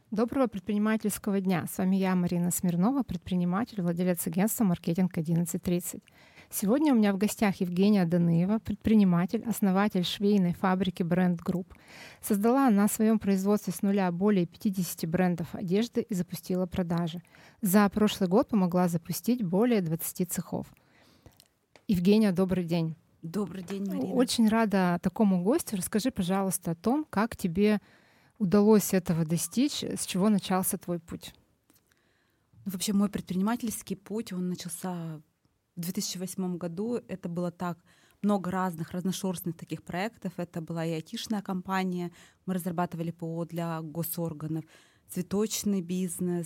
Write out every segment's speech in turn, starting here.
Доброго предпринимательского дня. С вами я, Марина Смирнова, предприниматель, владелец агентства «Маркетинг 1130». Сегодня у меня в гостях Евгения Даныева, предприниматель, основатель швейной фабрики Бренд Групп. Создала на своем производстве с нуля более 50 брендов одежды и запустила продажи. За прошлый год помогла запустить более 20 цехов. Евгения, добрый день. Добрый день, Марина. Очень рада такому гостю. Расскажи, пожалуйста, о том, как тебе удалось этого достичь, с чего начался твой путь? Вообще мой предпринимательский путь, он начался в 2008 году. Это было так, много разных, разношерстных таких проектов. Это была и айтишная компания, мы разрабатывали ПО для госорганов, цветочный бизнес,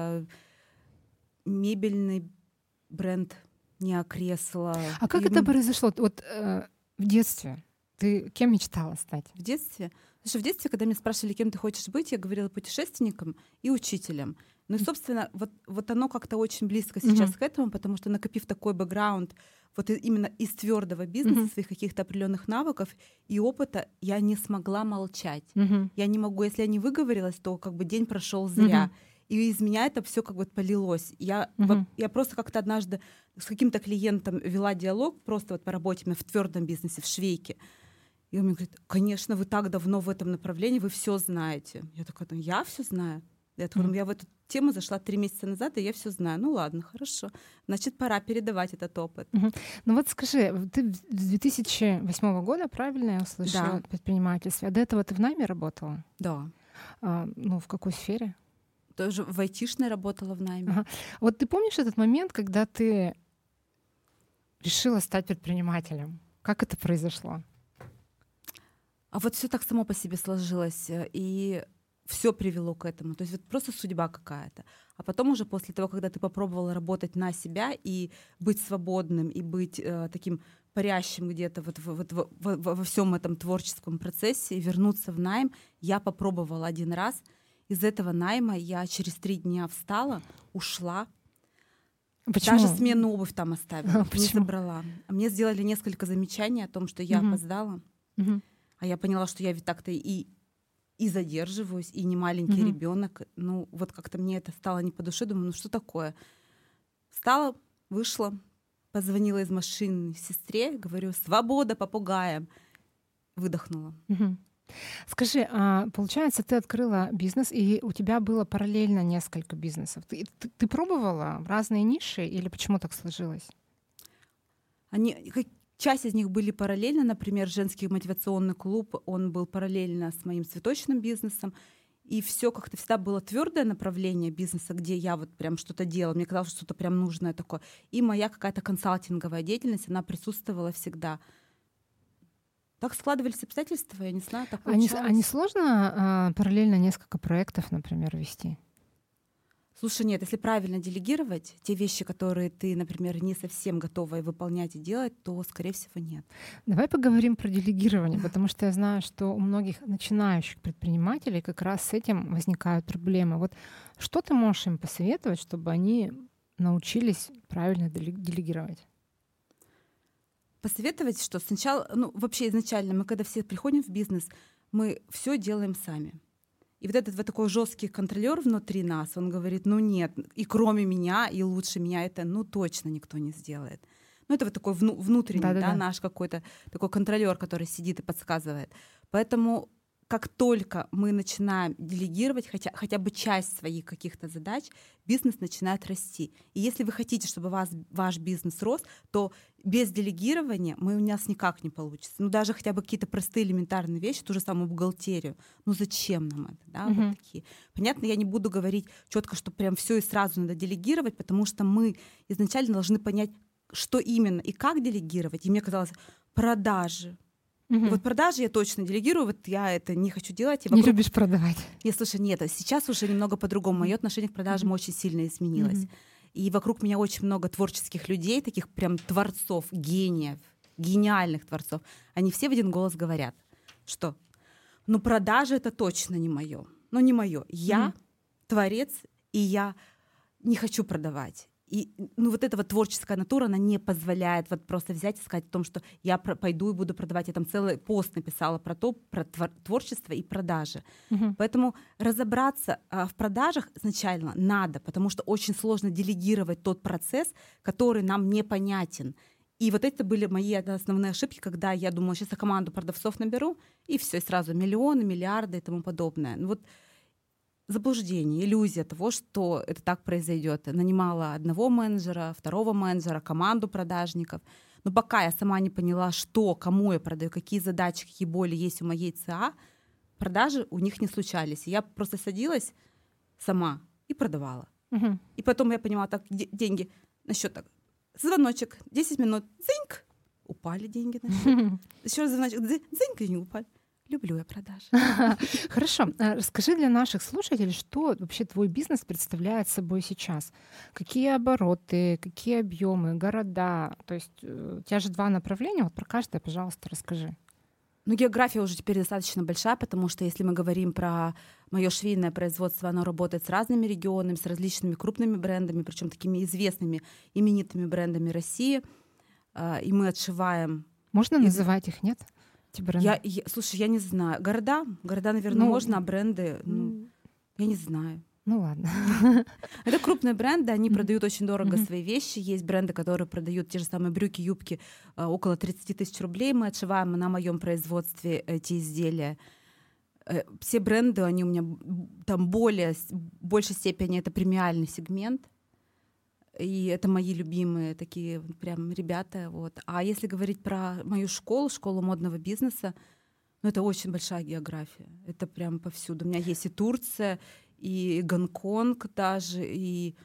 мебельный бренд «Неокресло». А как это произошло? Вот в детстве ты кем мечтала стать? В детстве? Слушай, в детстве, когда меня спрашивали, кем ты хочешь быть, я говорила путешественником и учителем. Ну и, собственно, вот оно как-то очень близко сейчас к этому, потому что, накопив такой бэкграунд вот именно из твердого бизнеса, своих каких-то определенных навыков и опыта, я не смогла молчать. Я не могу, если я не выговорилась, то как бы день прошел зря. И из меня это все как бы полилось. Я просто как-то однажды с каким-то клиентом вела диалог просто вот по работе в твердом бизнесе, в швейке. И он мне говорит: конечно, вы так давно в этом направлении, вы все знаете. Я такая: я все знаю. Я в эту тему зашла 3 месяца назад, и я все знаю. Ну ладно, хорошо. Значит, пора передавать этот опыт. Ну вот скажи, ты с 2008 года, правильно я услышала, в предпринимательстве? А до этого ты в найме работала? Да. Ну, в какой сфере? Тоже в айтишной работала в найме. Вот ты помнишь этот момент, когда ты решила стать предпринимателем? Как это произошло? А вот все так само по себе сложилось, и все привело к этому. То есть вот просто судьба какая-то. А потом уже после того, когда ты попробовала работать на себя и быть свободным, и быть таким парящим где-то во всем этом творческом процессе, и вернуться в найм, я попробовала один раз. Из этого найма я через 3 дня встала, ушла. Почему? Даже сменную обувь там оставила, не Почему? забрала. Мне сделали несколько замечаний о том, что я опоздала. А я поняла, что я ведь так-то и задерживаюсь, и не маленький ребенок. Ну, вот как-то мне это стало не по душе. Думаю, ну что такое? Встала, вышла, позвонила из машины сестре, говорю: свобода попугаям. Выдохнула. Скажи, получается, ты открыла бизнес, и у тебя было параллельно несколько бизнесов. Ты пробовала разные ниши, или почему так сложилось? Часть из них были параллельно, например, женский мотивационный клуб, он был параллельно с моим цветочным бизнесом, и все как-то всегда было твердое направление бизнеса, где я вот прям что-то делала, мне казалось, что что-то прям нужное такое, и моя какая-то консалтинговая деятельность, она присутствовала всегда. Так складывались обстоятельства, я не знаю, так получалось. А не сложно параллельно несколько проектов, например, вести? Слушай, нет, если правильно делегировать те вещи, которые ты, например, не совсем готова выполнять и делать, то, скорее всего, нет. Давай поговорим про делегирование, потому что я знаю, что у многих начинающих предпринимателей как раз с этим возникают проблемы. Вот что ты можешь им посоветовать, чтобы они научились правильно делегировать? Посоветовать, что сначала, вообще изначально мы, когда все приходим в бизнес, мы все делаем сами. И вот этот вот такой жесткий контролер внутри нас, он говорит: ну нет, и кроме меня, и лучше меня это, точно никто не сделает. Ну это вот такой внутренний, наш какой-то такой контролер, который сидит и подсказывает. Поэтому как только мы начинаем делегировать хотя бы часть своих каких-то задач, бизнес начинает расти. И если вы хотите, чтобы ваш бизнес рос, то без делегирования у нас никак не получится. Даже хотя бы какие-то простые элементарные вещи, ту же самую бухгалтерию. Зачем нам это? Да? Вот такие. Понятно, я не буду говорить четко, что прям все и сразу надо делегировать, потому что мы изначально должны понять, что именно и как делегировать. И мне казалось, продажи. И вот продажи я точно делегирую, вот я это не хочу делать. Не любишь продавать? Слушай, нет, сейчас уже немного по-другому. Мое отношение к продажам очень сильно изменилось. И вокруг меня очень много творческих людей, таких прям творцов, гениев, гениальных творцов. Они все в один голос говорят, что продажи — это точно не мое. Не мое. Я творец, и я не хочу продавать. И вот эта вот творческая натура, она не позволяет вот просто взять и сказать о том, что я пойду и буду продавать. Я там целый пост написала про творчество и продажи. Поэтому разобраться в продажах изначально надо, потому что очень сложно делегировать тот процесс, который нам непонятен. И вот это были мои основные ошибки, когда я думала, сейчас я команду продавцов наберу, и все, сразу миллионы, миллиарды и тому подобное. Вот заблуждение, иллюзия того, что это так произойдет. Нанимала одного менеджера, второго менеджера, команду продажников. Но пока я сама не поняла, что, кому я продаю, какие задачи, какие боли есть у моей ЦА, продажи у них не случались. И я просто садилась сама и продавала. И потом я понимала, так, деньги на счет так. Звоночек, 10 минут, дзыньк, упали деньги на счет. Еще раз звоночек, дзыньк, и не упали. Люблю я продажи. Хорошо. Расскажи для наших слушателей, что вообще твой бизнес представляет собой сейчас? Какие обороты, какие объемы, города? То есть у тебя же 2 направления. Вот про каждое, пожалуйста, расскажи. География уже теперь достаточно большая, потому что если мы говорим про мое швейное производство, оно работает с разными регионами, с различными крупными брендами, причем такими известными, именитыми брендами России. И мы отшиваем. Можно называть их, нет? Слушай, я не знаю. Города, наверное, можно, а бренды, я не знаю. Ну ладно. Это крупные бренды, они продают очень дорого свои вещи. Есть бренды, которые продают те же самые брюки, юбки около 30 тысяч рублей. Мы отшиваем на моем производстве эти изделия. Все бренды, они у меня там в большей степени это премиальный сегмент. И это мои любимые такие прям ребята. Вот. А если говорить про мою школу модного бизнеса, это очень большая география. Это прям повсюду. У меня есть и Турция, и Гонконг даже, и...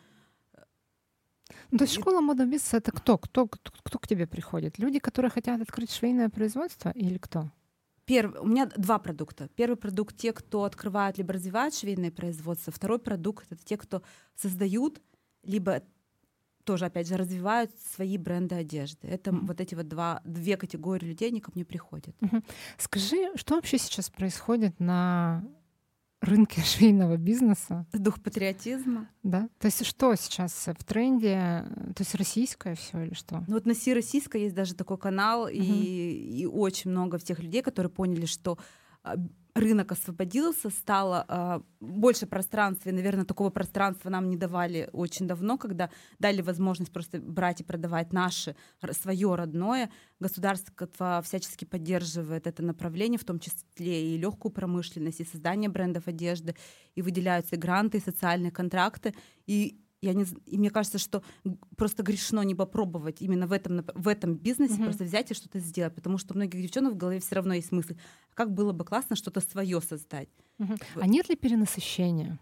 То есть школа модного бизнеса — это кто? Кто к тебе приходит? Люди, которые хотят открыть швейное производство, или кто? У меня 2 продукта. Первый продукт — те, кто открывают либо развивают швейное производство. Второй продукт — это те, кто создают, либо тоже, опять же, развивают свои бренды одежды. Это вот эти вот 2 категории людей, они ко мне приходят. Скажи, что вообще сейчас происходит на рынке швейного бизнеса? Дух патриотизма. Да? То есть что сейчас в тренде? То есть российское все или что? Вот на Си Российская есть даже такой канал, и очень много всех людей, которые поняли, что рынок освободился, стало больше пространства, и, наверное, такого пространства нам не давали очень давно, когда дали возможность просто брать и продавать свое родное. Государство всячески поддерживает это направление, в том числе и легкую промышленность, и создание брендов одежды, и выделяются и гранты, и социальные контракты. И мне кажется, что просто грешно не попробовать именно в этом бизнесе просто взять и что-то сделать, потому что у многих девчонок в голове все равно есть мысль, как было бы классно что-то свое создать. А нет ли перенасыщения?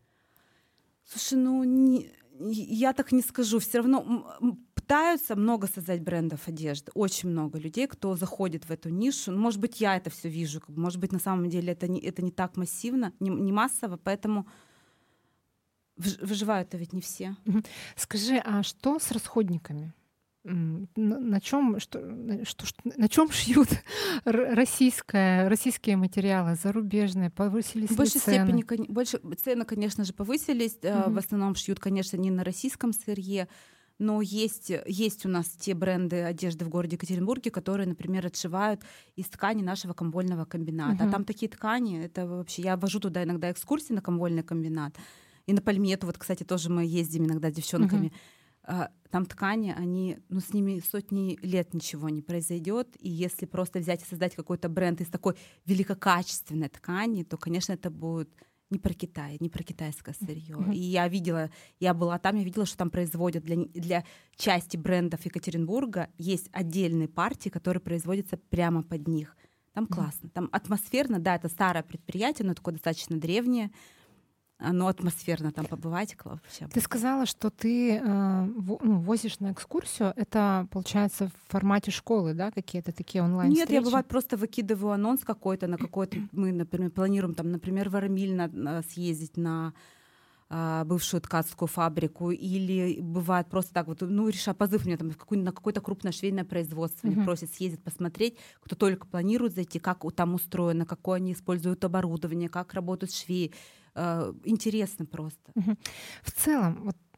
Слушай, я так не скажу. Все равно пытаются много создать брендов одежды. Очень много людей, кто заходит в эту нишу. Может быть, я это все вижу, может быть, на самом деле это не так массивно, не массово, поэтому выживают-то ведь не все. Скажи, а что с расходниками? На чем шьют российские материалы, зарубежные? Повысились ли цены? В большей степени цены, конечно же, повысились. В основном шьют, конечно, не на российском сырье, но есть у нас те бренды одежды в городе Екатеринбурге, которые, например, отшивают из ткани нашего комбольного комбината. А там такие ткани, это вообще... Я вожу туда иногда экскурсии на комбольный комбинат. И на Пальмету, вот, кстати, тоже мы ездим иногда с девчонками. Там ткани, с ними сотни лет ничего не произойдет. И если просто взять и создать какой-то бренд из такой великокачественной ткани, то, конечно, это будет не про Китай, не про китайское сырье. И я была там, я видела, что там производят для части брендов Екатеринбурга есть отдельные партии, которые производятся прямо под них. Там классно, там атмосферно, да, это старое предприятие, но такое достаточно древнее. Но атмосферно там побывать вообще. Ты сказала, что ты возишь на экскурсию. Это, получается, в формате школы, да, какие-то такие онлайн-встречи? Нет, я, бывает, просто выкидываю анонс какой-то на какой-то... Мы, например, планируем, там, например, в Арамиль съездить на бывшую ткацкую фабрику, или бывает просто так вот, решаю, позыв мне там на какое-то крупное швейное производство, они просят съездить посмотреть, кто только планирует зайти, как там устроено, какое они используют оборудование, как работают швеи. Интересно просто. В целом, вот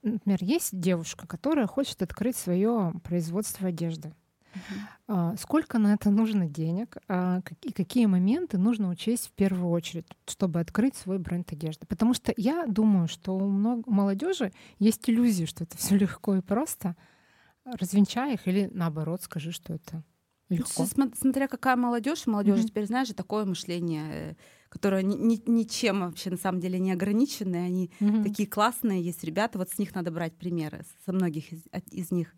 например, есть девушка, которая хочет открыть свое производство одежды. Сколько на это нужно денег, и какие моменты нужно учесть в первую очередь, чтобы открыть свой бренд одежды? Потому что я думаю, что у молодежи есть иллюзии, что это все легко и просто. Развенчай их или наоборот скажи, что это легко. Смотря какая молодежь, молодежь Мгм. теперь, знаешь, такое мышление, которое ничем вообще на самом деле не ограниченное. Они Мгм. такие классные, есть ребята, вот с них надо брать примеры, со многих из них.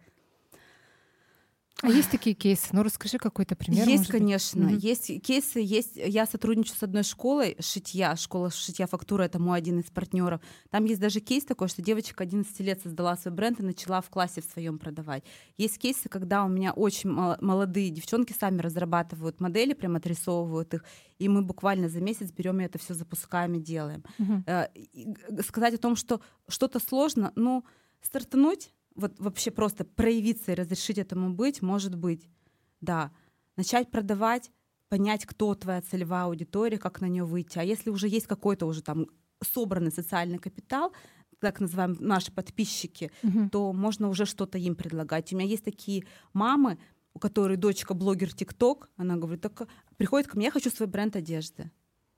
А есть такие кейсы? Ну, расскажи какой-то пример, Есть, может быть. конечно, Мгм. есть кейсы, есть. Я сотрудничаю с одной школой шитья, школа шитья фактура, это мой один из партнеров. Там есть даже кейс такой, что девочка 11 лет создала свой бренд и начала в классе в своем продавать. Есть кейсы, когда у меня очень молодые девчонки сами разрабатывают модели, прям отрисовывают их, и мы буквально за месяц берем и это все запускаем и делаем. Мгм. Сказать о том, что что-то сложно, ну, стартануть, вот вообще просто проявиться и разрешить этому быть, может быть, да. Начать продавать, понять, кто твоя целевая аудитория, как на нее выйти. А если уже есть какой-то уже там собранный социальный капитал, так называемые наши подписчики, Мгм. то можно уже что-то им предлагать. У меня есть такие мамы, у которой дочка блогер ТикТок, она говорит, так, приходит ко мне, я хочу свой бренд одежды.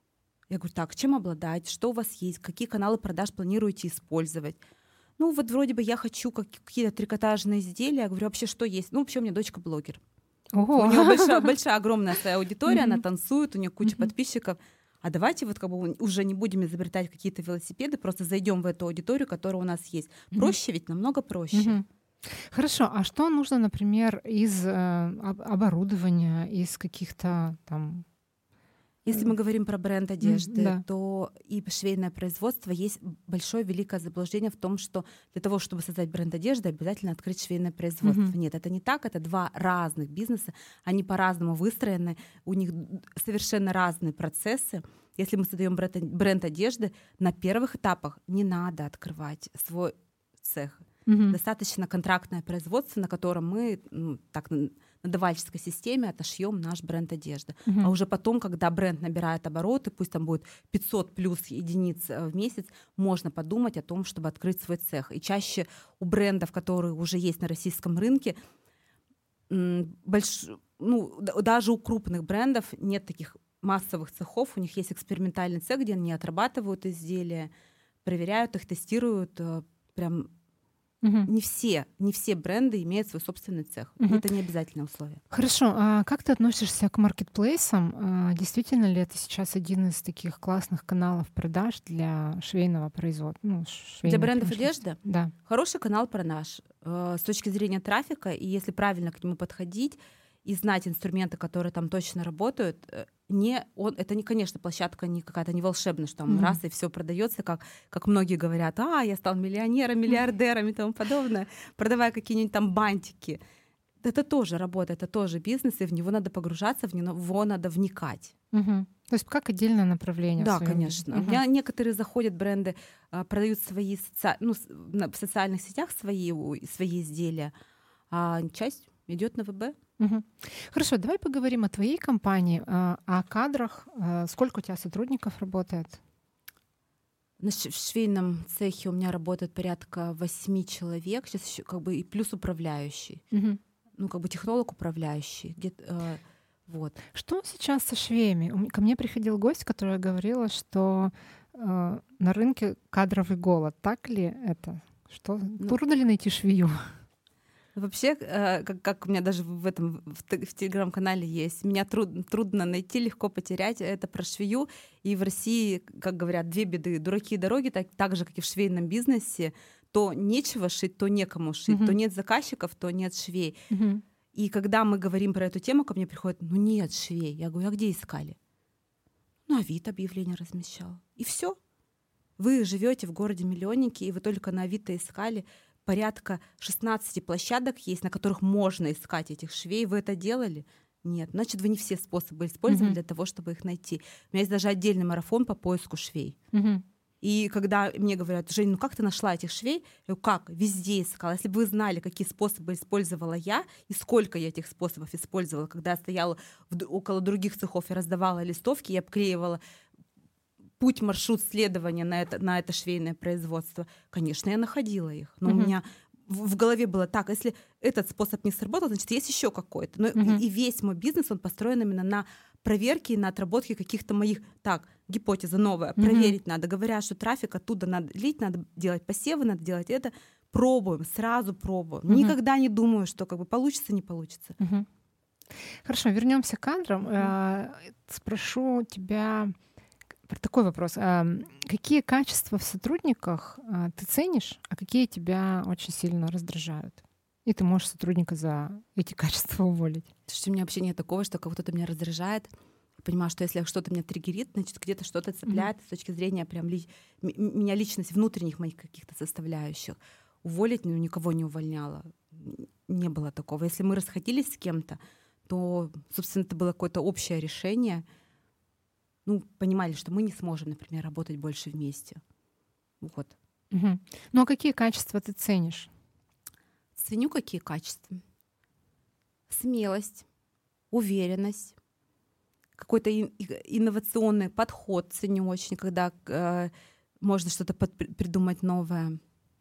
Я говорю, так, чем обладать, что у вас есть, какие каналы продаж планируете использовать? Ну, вот вроде бы я хочу какие-то трикотажные изделия. Я говорю, вообще что есть? Ну, вообще у меня дочка блогер. У Ого. нее большая, огромная своя аудитория, она Мгм. танцует, у нее куча Мгм. подписчиков. А давайте вот как бы уже не будем изобретать какие-то велосипеды, просто зайдем в эту аудиторию, которая у нас есть. Мгм. Проще ведь, намного проще. Мгм. Хорошо, а что нужно, например, из оборудования, из каких-то там... Если мы говорим про бренд одежды, Да. то и швейное производство есть большое великое заблуждение в том, что для того, чтобы создать бренд одежды, обязательно открыть швейное производство. Мгм. Нет, это не так, это два разных бизнеса, они по-разному выстроены, у них совершенно разные процессы. Если мы создаем бренд одежды, на первых этапах не надо открывать свой цех. Мгм. Достаточно контрактное производство, на котором мы так на давальческой системе отошьем наш бренд одежды. Мгм. А уже потом, когда бренд набирает обороты, пусть там будет 500 плюс единиц в месяц, можно подумать о том, чтобы открыть свой цех. И чаще у брендов, которые уже есть на российском рынке, даже у крупных брендов нет таких массовых цехов, у них есть экспериментальный цех, где они отрабатывают изделия, проверяют их, тестируют. Прям Мгм. не все бренды имеют свой собственный цех. Мгм. Это не обязательное условие. Хорошо, а как ты относишься к маркетплейсам? Действительно ли это сейчас один из таких классных каналов продаж для швейного производства? Ну, Для швейной брендов промышленности? одежды Да. хороший канал продаж с точки зрения трафика, и если правильно к нему подходить и знать инструменты, которые там точно работают, это не, конечно, площадка не какая-то не волшебная, что там Мгм. раз и все продается, как многие говорят, я стал миллионером, миллиардером и тому подобное, продавая какие-нибудь там бантики. Это тоже работа, это тоже бизнес, и в него надо погружаться, в него надо вникать. Мгм. То есть как отдельное направление в Да, своем бизнесе. конечно. У меня некоторые заходят бренды, продают свои в социальных сетях свои изделия, а часть идет на ВБ. Мгм. Хорошо, давай поговорим о твоей компании, о кадрах. Сколько у тебя сотрудников работает? В швейном цехе у меня работает порядка 8 человек, сейчас еще как бы и плюс управляющий, Мгм. как бы технолог управляющий, где-то вот. Что сейчас со швеями? Ко мне приходил гость, которая говорила, что на рынке кадровый голод. Так ли это? Что Ну, трудно ли найти швею? Вообще, как у меня даже в телеграм-канале есть, меня трудно найти, легко потерять. Это про швею. И в России, как говорят, две беды. Дураки и дороги, так же, как и в швейном бизнесе. То нечего шить, то некому шить. То Мгм. нет заказчиков, то нет швей. Мгм. И когда мы говорим про эту тему, ко мне приходят, нет швей. Я говорю, а где искали? На Авито объявление размещал. И все. Вы живете в городе-миллионнике, и вы только на Авито искали. Порядка 16 площадок есть, на которых можно искать этих швей. Вы это делали? Нет. Значит, вы не все способы использовали Мгм. для того, чтобы их найти. У меня есть даже отдельный марафон по поиску швей. Мгм. И когда мне говорят, Жень, ну как ты нашла этих швей? Я говорю, как? Везде искала. Если бы вы знали, какие способы использовала я и сколько я этих способов использовала, когда я стояла около других цехов и раздавала листовки, я обклеивала путь, маршрут следования на это швейное производство, конечно, я находила их. Но у меня в голове было так, если этот способ не сработал, значит, есть еще какой-то. Но и весь мой бизнес, он построен именно на проверке и на отработке каких-то моих... Так, гипотеза новая, проверить надо. Говорят, что трафик оттуда надо лить, надо делать посевы, надо делать это. Пробуем, сразу пробуем. Никогда не думаю, что как бы получится, не получится. Хорошо, вернемся к кадрам. Спрошу тебя про такой вопрос. Какие качества в сотрудниках ты ценишь, а какие тебя очень сильно раздражают? И ты можешь сотрудника за эти качества уволить. Слушайте, у меня вообще нет такого, что кого-то меня раздражает. Я понимаю, что если что-то меня триггерит, значит, где-то что-то цепляет с точки зрения прям меня личности, внутренних моих каких-то составляющих. Уволить, никого не увольняла. Не было такого. Если мы расходились с кем-то, то, собственно, это было какое-то общее решение. Понимали, что мы не сможем, например, работать больше вместе. Вот. Ну а какие качества ты ценишь? Ценю какие качества? Смелость, уверенность, какой-то инновационный подход ценю очень, когда можно что-то придумать новое.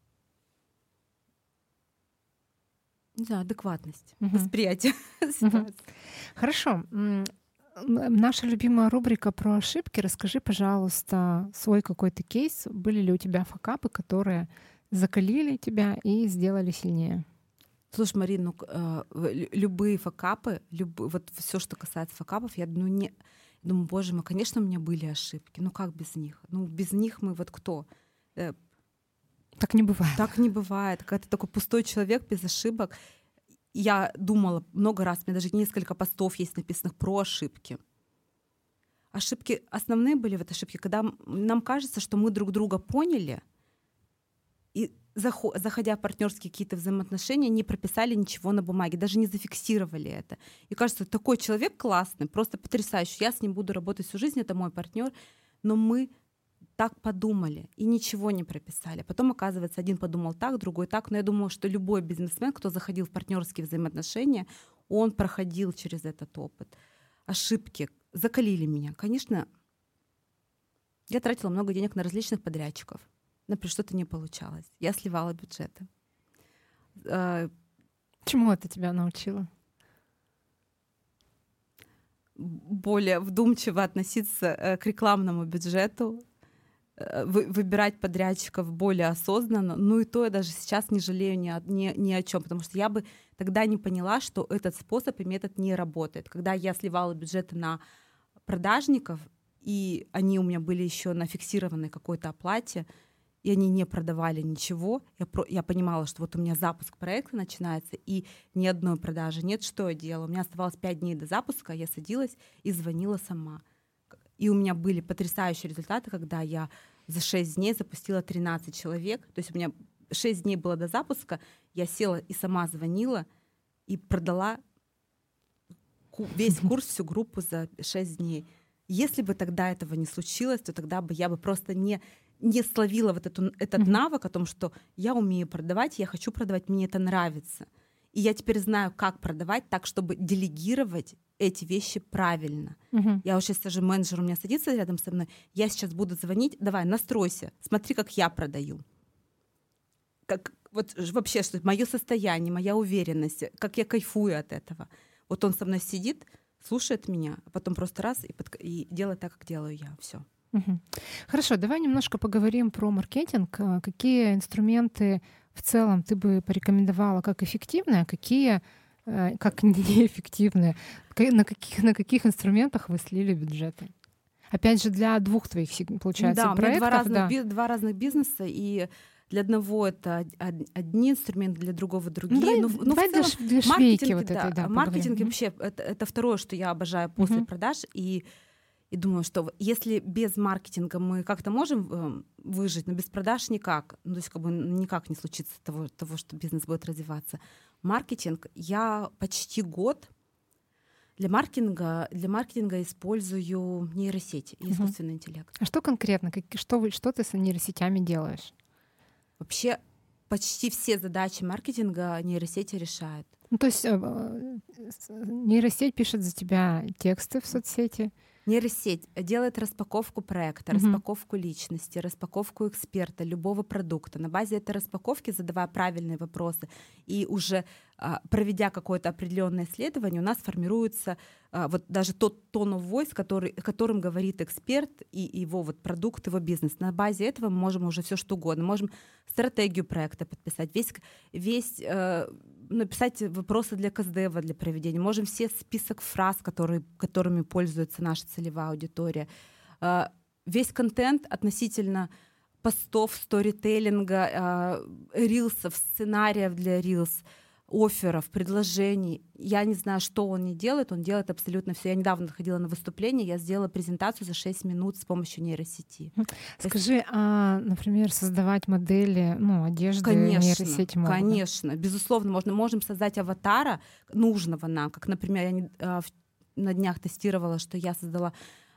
Не знаю, адекватность, восприятие ситуации. Хорошо. Наша любимая рубрика про ошибки. Расскажи, пожалуйста, свой какой-то кейс. Были ли у тебя факапы, которые закалили тебя и сделали сильнее? Слушай, Марин, любые факапы, вот все, что касается факапов, я думаю, боже мой, конечно, у меня были ошибки. Как без них? Без них мы вот кто? Так не бывает. Так не бывает. Когда ты такой пустой человек без ошибок. Я думала много раз, у меня даже несколько постов есть написанных про ошибки. Ошибки основные были в этой ошибке, когда нам кажется, что мы друг друга поняли, и заходя в партнерские какие-то взаимоотношения, не прописали ничего на бумаге, даже не зафиксировали это. И кажется, такой человек классный, просто потрясающий, я с ним буду работать всю жизнь, это мой партнер, но мы так подумали и ничего не прописали. Потом, оказывается, один подумал так, другой так. Но я думаю, что любой бизнесмен, кто заходил в партнерские взаимоотношения, он проходил через этот опыт. Ошибки закалили меня. Конечно, я тратила много денег на различных подрядчиков. Например, что-то не получалось. Я сливала бюджеты. Чему это тебя научило? Более вдумчиво относиться к рекламному бюджету, выбирать подрядчиков более осознанно. И то я даже сейчас не жалею ни о чем, потому что я бы тогда не поняла, что этот способ и метод не работает. Когда я сливала бюджеты на продажников, и они у меня были еще на фиксированной какой-то оплате, и они не продавали ничего, я понимала, что вот у меня запуск проекта начинается, и ни одной продажи нет. Что я делала? У меня оставалось 5 дней до запуска, я садилась и звонила сама. И у меня были потрясающие результаты, когда я за 6 дней запустила 13 человек. То есть у меня 6 дней было до запуска, я села и сама звонила и продала весь курс, всю группу за 6 дней. Если бы тогда этого не случилось, то тогда бы я бы просто не словила вот этот навык о том, что я умею продавать, я хочу продавать, мне это нравится. И я теперь знаю, как продавать так, чтобы делегировать эти вещи правильно. Я вот сейчас даже менеджер у меня садится рядом со мной, я сейчас буду звонить, давай, настройся, смотри, как я продаю. Как, вот вообще, что мое состояние, моя уверенность, как я кайфую от этого. Вот он со мной сидит, слушает меня, а потом просто раз и делает так, как делаю я. Все. Хорошо, давай немножко поговорим про маркетинг. Какие инструменты в целом ты бы порекомендовала как эффективные, а какие как неэффективные? На каких инструментах вы слили бюджеты? Опять же, для двух твоих, получается, проектов. Да, у меня два разных бизнеса, и для одного это одни инструменты, для другого другие. Давай для швейки вот этой, да, маркетинг вообще это второе, что я обожаю после продаж, и думаю, что если без маркетинга мы как-то можем выжить, но без продаж никак. То есть никак не случится того, что бизнес будет развиваться. Маркетинг я почти год для маркетинга использую нейросети и искусственный интеллект. А что конкретно? Что ты с нейросетями делаешь? Вообще почти все задачи маркетинга нейросети решают. То есть нейросеть пишет за тебя тексты в соцсети, Нейросеть делает распаковку проекта, распаковку личности, распаковку эксперта, любого продукта. На базе этой распаковки, задавая правильные вопросы и уже проведя какое-то определенное исследование, у нас формируется вот даже тот tone of voice, которым говорит эксперт и его вот продукт, его бизнес. На базе этого мы можем уже все что угодно. Можем стратегию проекта подписать, весь написать вопросы для КСДЕВа для проведения. Можем все список фраз, которыми пользуется наша целевая аудитория. Весь контент относительно постов, сторителлинга, рилсов, сценариев для рилс, офферов, предложений. Я не знаю, что он не делает, он делает абсолютно все. Я недавно ходила на выступление, я сделала презентацию за 6 минут с помощью нейросети. Скажи, например, создавать модели, одежды, нейросети могут? Конечно, безусловно, можем создать аватара нужного нам. Как, например, я на днях тестировала, что я создала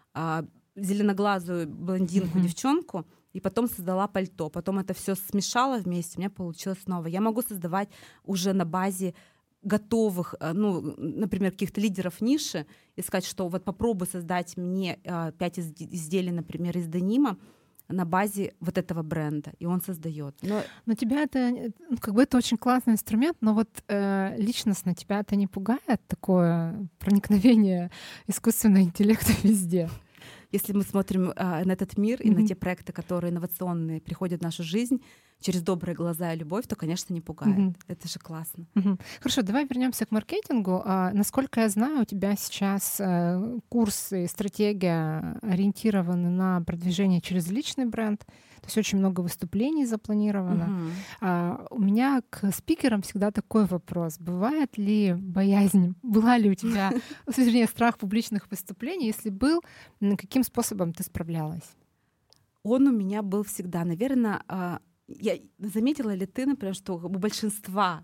зеленоглазую блондинку, девчонку, и потом создала пальто. Потом это все смешала вместе, у меня получилось снова. Я могу создавать уже на базе готовых, например, каких-то лидеров ниши, и сказать, что вот попробуй создать мне 5 изделий, например, из денима на базе вот этого бренда, и он создает. Но тебя это, это очень классный инструмент, но вот личностно тебя это не пугает, такое проникновение искусственного интеллекта везде? Если мы смотрим на этот мир и на те проекты, которые инновационные приходят в нашу жизнь через добрые глаза и любовь, то, конечно, не пугает. Это же классно. Хорошо, давай вернемся к маркетингу. Насколько я знаю, у тебя сейчас курсы и стратегия ориентированы на продвижение через личный бренд. То есть очень много выступлений запланировано. У меня к спикерам всегда такой вопрос. Бывает ли боязнь? Была ли у тебя, вернее, страх публичных выступлений? Если был, каким способом ты справлялась? Он у меня был всегда. Наверное, заметила ли ты, например, что у большинства,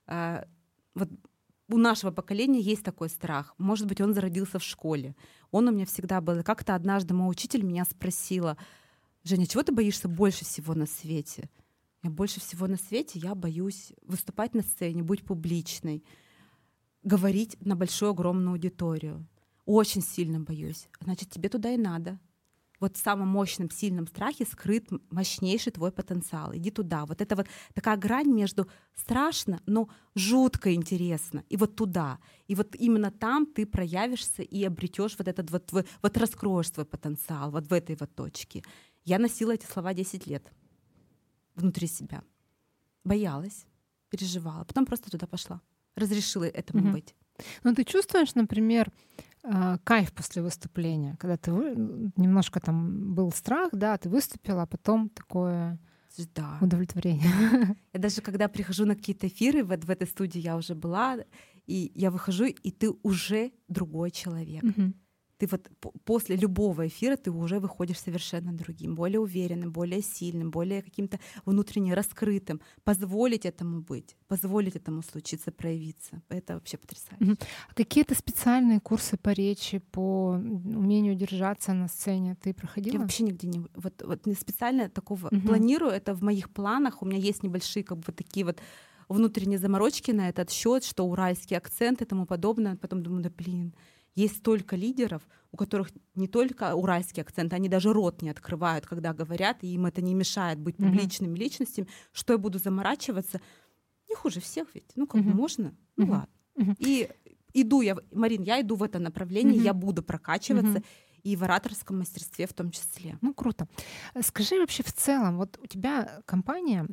вот у нашего поколения есть такой страх. Может быть, он зародился в школе. Он у меня всегда был. И как-то однажды мой учитель меня спросила: «Женя, чего ты боишься больше всего на свете?» Больше всего на свете я боюсь выступать на сцене, быть публичной, говорить на большую, огромную аудиторию. Очень сильно боюсь. Значит, тебе туда и надо. Вот в самом мощном, сильном страхе скрыт мощнейший твой потенциал. Иди туда. Вот это вот такая грань между страшно, но жутко интересно. И вот туда. И вот именно там ты проявишься и обретешь вот этот вот твой, вот раскроешь свой потенциал вот в этой вот точке. Я носила эти слова 10 лет внутри себя. Боялась, переживала. Потом просто туда пошла. Разрешила этому быть. Но ты чувствуешь, например, кайф после выступления, когда ты немножко там был страх, да, ты выступила, а потом такое удовлетворение. Я даже когда прихожу на какие-то эфиры, в этой студии я уже была, и я выхожу, и ты уже другой человек. Ты вот после любого эфира ты уже выходишь совершенно другим, более уверенным, более сильным, более каким-то внутренне раскрытым. Позволить этому быть, позволить этому случиться, проявиться. Это вообще потрясающе. А какие-то специальные курсы по речи, по умению держаться на сцене ты проходила? Я вообще нигде не... Вот не специально такого планирую, это в моих планах. У меня есть небольшие вот такие вот внутренние заморочки на этот счет, что уральский акцент и тому подобное. Потом думаю, есть столько лидеров, у которых не только уральский акцент, они даже рот не открывают, когда говорят, и им это не мешает быть публичными личностями. Что я буду заморачиваться? Не хуже всех ведь. Можно? Ладно. И иду я, Марин, я иду в это направление, я буду прокачиваться, и в ораторском мастерстве в том числе. Круто. Скажи вообще в целом, вот у тебя компания...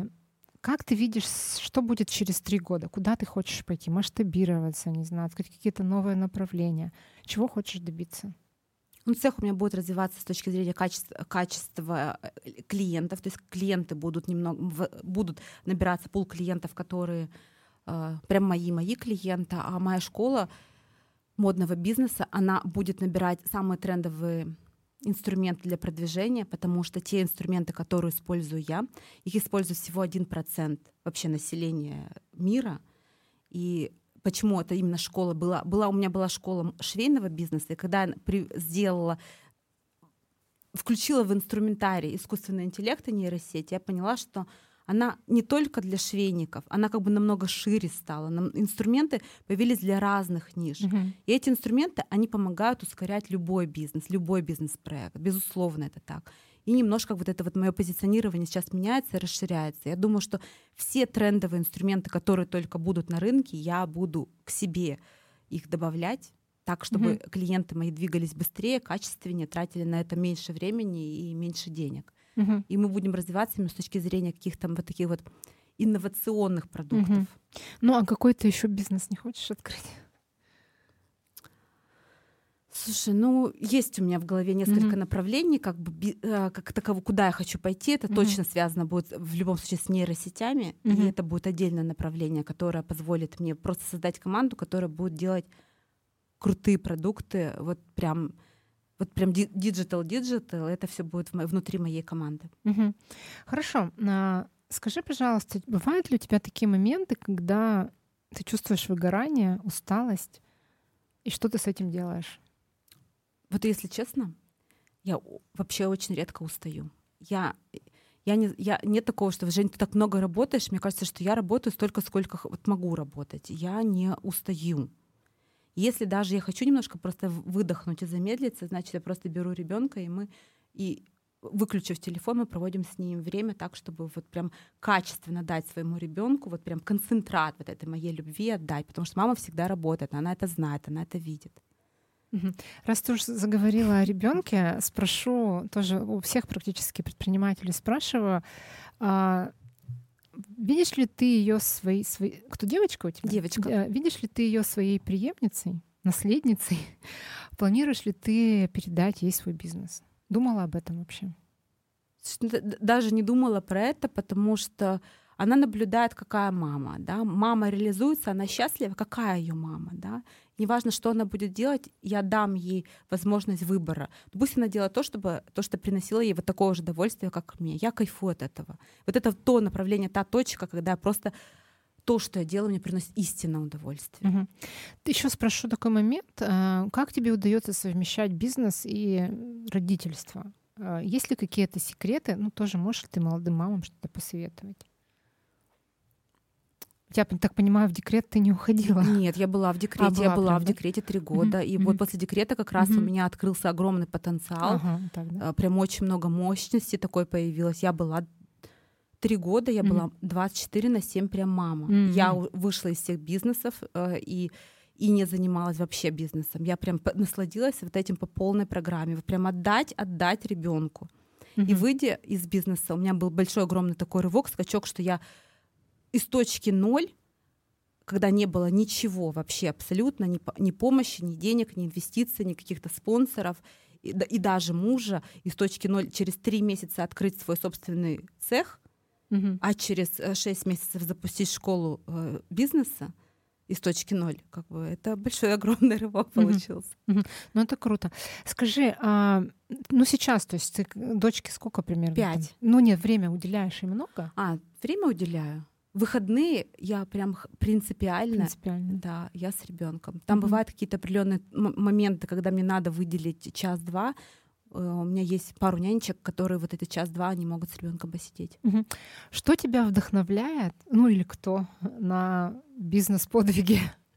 Как ты видишь, что будет через 3 года? Куда ты хочешь пойти? Масштабироваться, не знаю, открыть какие-то новые направления? Чего хочешь добиться? Цех у меня будет развиваться с точки зрения качества клиентов. То есть клиенты будут набираться, пул клиентов, которые прям мои клиенты. А моя школа модного бизнеса, она будет набирать самые трендовые инструменты для продвижения, потому что те инструменты, которые использую я, их использует всего 1% вообще населения мира. И почему это именно школа была? У меня была школа швейного бизнеса, и когда я включила в инструментарий искусственный интеллект и нейросеть, я поняла, что она не только для швейников, она как бы намного шире стала. Инструменты появились для разных ниш. И эти инструменты, они помогают ускорять любой бизнес-проект. Безусловно, это так. И немножко вот это вот мое позиционирование сейчас меняется и расширяется. Я думаю, что все трендовые инструменты, которые только будут на рынке, я буду к себе их добавлять, так, чтобы клиенты мои двигались быстрее, качественнее, тратили на это меньше времени и меньше денег. И мы будем развиваться именно с точки зрения каких-то вот таких вот инновационных продуктов. Ну, а какой ты еще бизнес не хочешь открыть? Слушай, ну, есть у меня в голове несколько направлений, как бы как таково, куда я хочу пойти. Это точно связано будет в любом случае с нейросетями, и это будет отдельное направление, которое позволит мне просто создать команду, которая будет делать крутые продукты, вот прям диджитал, это все будет внутри моей команды. Хорошо. Скажи, пожалуйста, бывают ли у тебя такие моменты, когда ты чувствуешь выгорание, усталость, и что ты с этим делаешь? Вот если честно, я вообще очень редко устаю. Нет такого, что, Жень, ты так много работаешь. Мне кажется, что я работаю столько, сколько вот могу работать. Я не устаю. Если даже я хочу немножко просто выдохнуть и замедлиться, значит, я просто беру ребенка, и выключив телефон, мы проводим с ним время так, чтобы вот прям качественно дать своему ребенку вот прям концентрат вот этой моей любви отдать, потому что мама всегда работает, она это знает, она это видит. Раз ты уже заговорила о ребенке, спрошу тоже у всех практически предпринимателей спрашиваю, видишь ли ты ее своей... Кто, девочка у тебя? Девочка. Видишь ли ты ее своей преемницей, наследницей? Планируешь ли ты передать ей свой бизнес? Думала об этом вообще? Даже не думала про это, потому что она наблюдает, какая мама, да. Мама реализуется, она счастлива, какая ее мама, да. Неважно, что она будет делать, я дам ей возможность выбора. Пусть она делает то, что приносило ей вот такое же удовольствие, как и мне. Я кайфую от этого. Вот это то направление, та точка, когда просто то, что я делаю, мне приносит истинное удовольствие. Еще спрошу такой момент. Как тебе удается совмещать бизнес и родительство? Есть ли какие-то секреты? Ну, тоже можешь ли ты молодым мамам что-то посоветовать? Я так понимаю, в декрет ты не уходила? Нет, я была в декрете. Я была в декрете 3 года. И вот после декрета как раз у меня открылся огромный потенциал. Прям очень много мощности такой появилось. Я была 3 года, я была 24/7 прям мама. Я вышла из всех бизнесов и не занималась вообще бизнесом. Я прям насладилась вот этим по полной программе. Прям отдать ребенку. И выйдя из бизнеса, у меня был большой, огромный такой рывок, скачок, что я из точки 0, когда не было ничего вообще абсолютно, ни помощи, ни денег, ни инвестиций, ни каких-то спонсоров, и даже мужа, из точки 0 через 3 месяца открыть свой собственный цех, а через 6 месяцев запустить школу бизнеса из точки 0. Как бы это большой, огромный рывок получился. Ну, это круто. Скажи, ну сейчас, то есть ты дочке сколько примерно? 5. Ну нет, время уделяешь ей много? Время уделяю. Выходные я прям принципиально. Да, я с ребенком. Там бывают какие-то определенные моменты, когда мне надо выделить час-два. У меня есть пару нянечек, которые вот эти час-два они могут с ребенком посидеть. Что тебя вдохновляет, ну или кто, на бизнес-подвиги?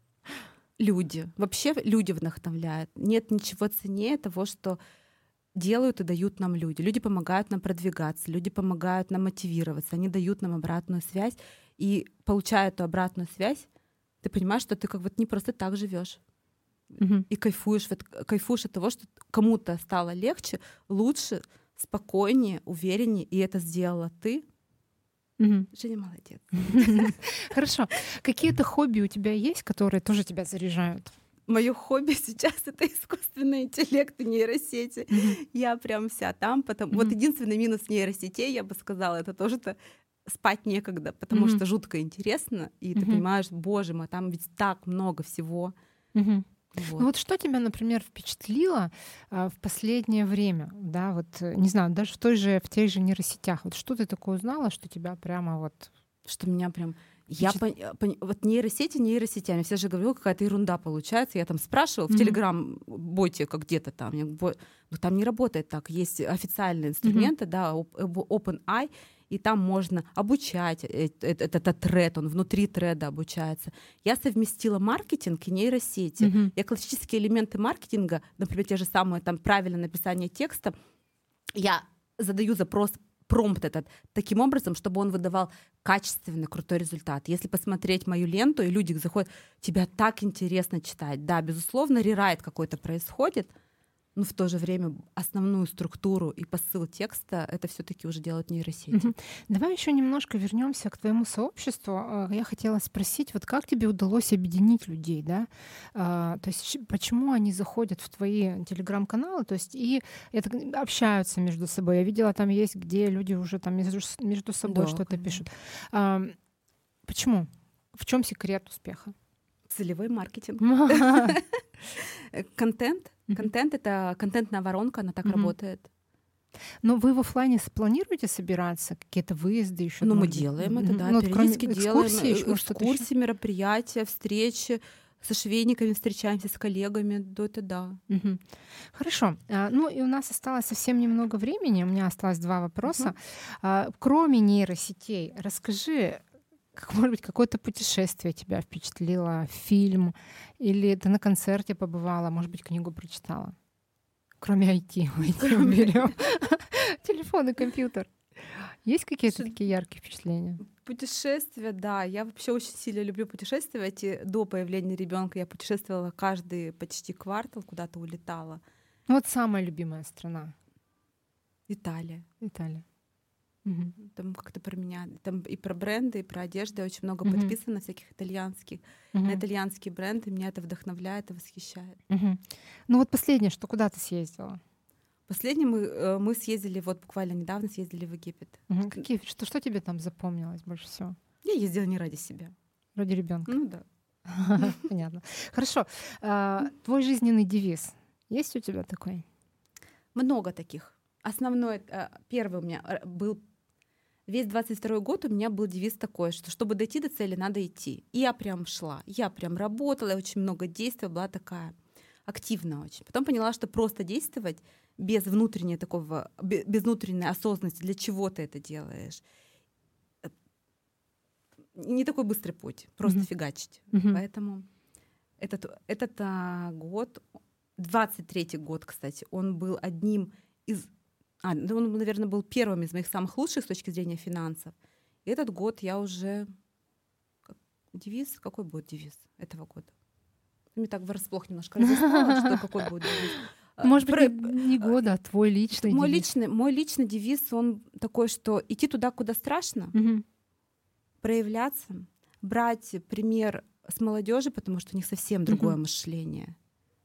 Люди. Вообще люди вдохновляют. Нет ничего ценнее того, что делают и дают нам люди. Люди помогают нам продвигаться, люди помогают нам мотивироваться, они дают нам обратную связь. И получая эту обратную связь, ты понимаешь, что ты как вот не просто так живешь. И кайфуешь от того, что кому-то стало легче, лучше, спокойнее, увереннее, и это сделала ты. Женя молодец. Хорошо. Какие-то хобби у тебя есть, которые тоже тебя заряжают? Мое хобби сейчас — это искусственный интеллект и нейросети. Я прям вся там. Вот единственный минус нейросетей, я бы сказала, это тоже-то спать некогда, потому что жутко интересно, и ты понимаешь, боже мой, там ведь так много всего. Вот. Ну вот что тебя, например, впечатлило в последнее время, да, вот, не знаю, даже в тех же нейросетях, вот что ты такое узнала, что тебя прямо вот... Что меня прям... Вот нейросетями. Все же говорили, какая-то ерунда получается. Я там спрашивала в Telegram-боте, как где-то там. Ну, там не работает так. Есть официальные инструменты, да, OpenAI, и там можно обучать этот тред, он внутри треда обучается. Я совместила маркетинг и нейросети. Я классические элементы маркетинга, например, те же самые там правильное написание текста, я задаю запрос, промпт этот, таким образом, чтобы он выдавал качественный, крутой результат. Если посмотреть мою ленту, и люди заходят, тебя так интересно читать. Да, безусловно, рерайт какой-то происходит, но в то же время основную структуру и посыл текста это все-таки уже делают нейросети. Давай еще немножко вернемся к твоему сообществу. Я хотела спросить, вот как тебе удалось объединить людей, да? То есть почему они заходят в твои телеграм-каналы, то есть и общаются между собой. Я видела, там есть, где люди уже там между собой что-то пишут. Почему? В чем секрет успеха? Целевой маркетинг. Контент. Контент — это контентная воронка, она так работает. Но вы в офлайне планируете собираться, какие-то выезды еще? Ну, мы делаем это, да, периодически делаем экскурсии, мероприятия, встречи со швейниками, встречаемся с коллегами, это да. Хорошо. Ну и у нас осталось совсем немного времени, у меня осталось 2 вопроса. Кроме нейросетей, расскажи, может быть, какое-то путешествие тебя впечатлило, фильм, или ты на концерте побывала, может быть, книгу прочитала? Кроме IT, мы берем телефон и компьютер. Есть какие-то такие яркие впечатления? Путешествия, да. Я вообще очень сильно люблю путешествовать. И до появления ребенка я путешествовала каждый почти квартал, куда-то улетала. Ну, вот самая любимая страна? Италия. Там как-то про меня, там и про бренды, и про одежду я очень много подписана, всяких итальянских, на итальянские бренды, меня это вдохновляет и восхищает. Ну вот последнее, что куда ты съездила? Последнее мы съездили, вот буквально недавно съездили в Египет. Что тебе там запомнилось больше всего? Я ездила не ради себя. Ради ребенка. Ну да. Понятно. Хорошо. Твой жизненный девиз есть у тебя такой? Много таких. Основной, первый у меня был. Весь 22-й год у меня был девиз такой, что чтобы дойти до цели, надо идти. И я прям шла, я прям работала, я очень много действовала, была такая активная очень. Потом поняла, что просто действовать без внутренней осознанности, для чего ты это делаешь, не такой быстрый путь, просто фигачить. Поэтому этот год, 23-й год, кстати, он был одним из... он, наверное, был первым из моих самых лучших с точки зрения финансов. И этот год я уже... Девиз? Какой будет девиз этого года? Мне так врасплох немножко разъяснила, что какой будет девиз. Может быть, не года, а твой личный девиз. Мой личный девиз, он такой, что идти туда, куда страшно, проявляться, брать пример с молодежи, потому что у них совсем другое мышление.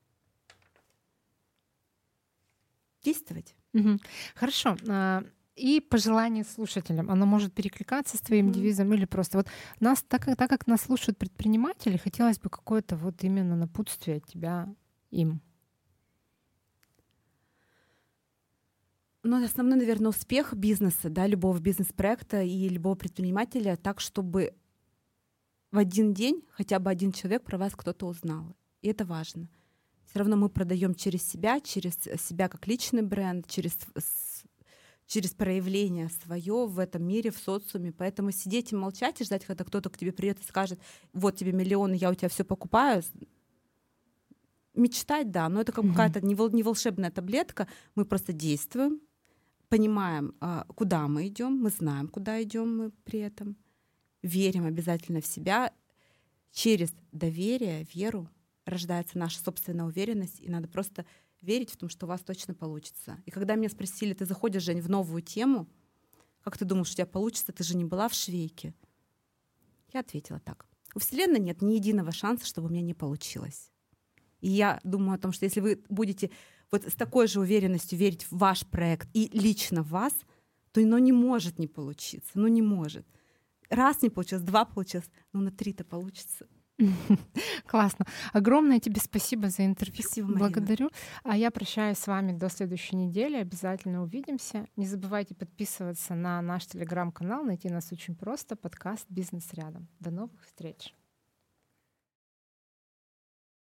Действовать. Хорошо. И пожелание слушателям, оно может перекликаться с твоим девизом или просто вот нас, так как нас слушают предприниматели, хотелось бы какое-то вот именно напутствие от тебя им. Ну, основной, наверное, успех бизнеса, да, любого бизнес-проекта и любого предпринимателя так, чтобы в один день хотя бы один человек про вас кто-то узнал. И это важно. Все равно мы продаем через себя как личный бренд, через проявление свое в этом мире, в социуме. Поэтому сидеть и молчать и ждать, когда кто-то к тебе придет и скажет: вот тебе миллионы, я у тебя все покупаю. Мечтать, да, но это как какая-то не волшебная таблетка. Мы просто действуем, понимаем, куда мы идем, мы знаем, куда идем мы при этом, верим обязательно в себя. Через доверие, веру рождается наша собственная уверенность, и надо просто верить в том, что у вас точно получится. И когда меня спросили: ты заходишь, Жень, в новую тему, как ты думаешь, у тебя получится, ты же не была в швейке? Я ответила так: у Вселенной нет ни единого шанса, чтобы у меня не получилось. И я думаю о том, что если вы будете вот с такой же уверенностью верить в ваш проект и лично в вас, то оно не может не получиться, не может. Раз не получилось, 2 получилось, но на 3-то получится. Классно. Огромное тебе спасибо за интервью. Спасибо, Марина. Благодарю. А я прощаюсь с вами до следующей недели. Обязательно увидимся. Не забывайте подписываться на наш телеграм-канал. Найти нас очень просто. Подкаст «Бизнес рядом». До новых встреч.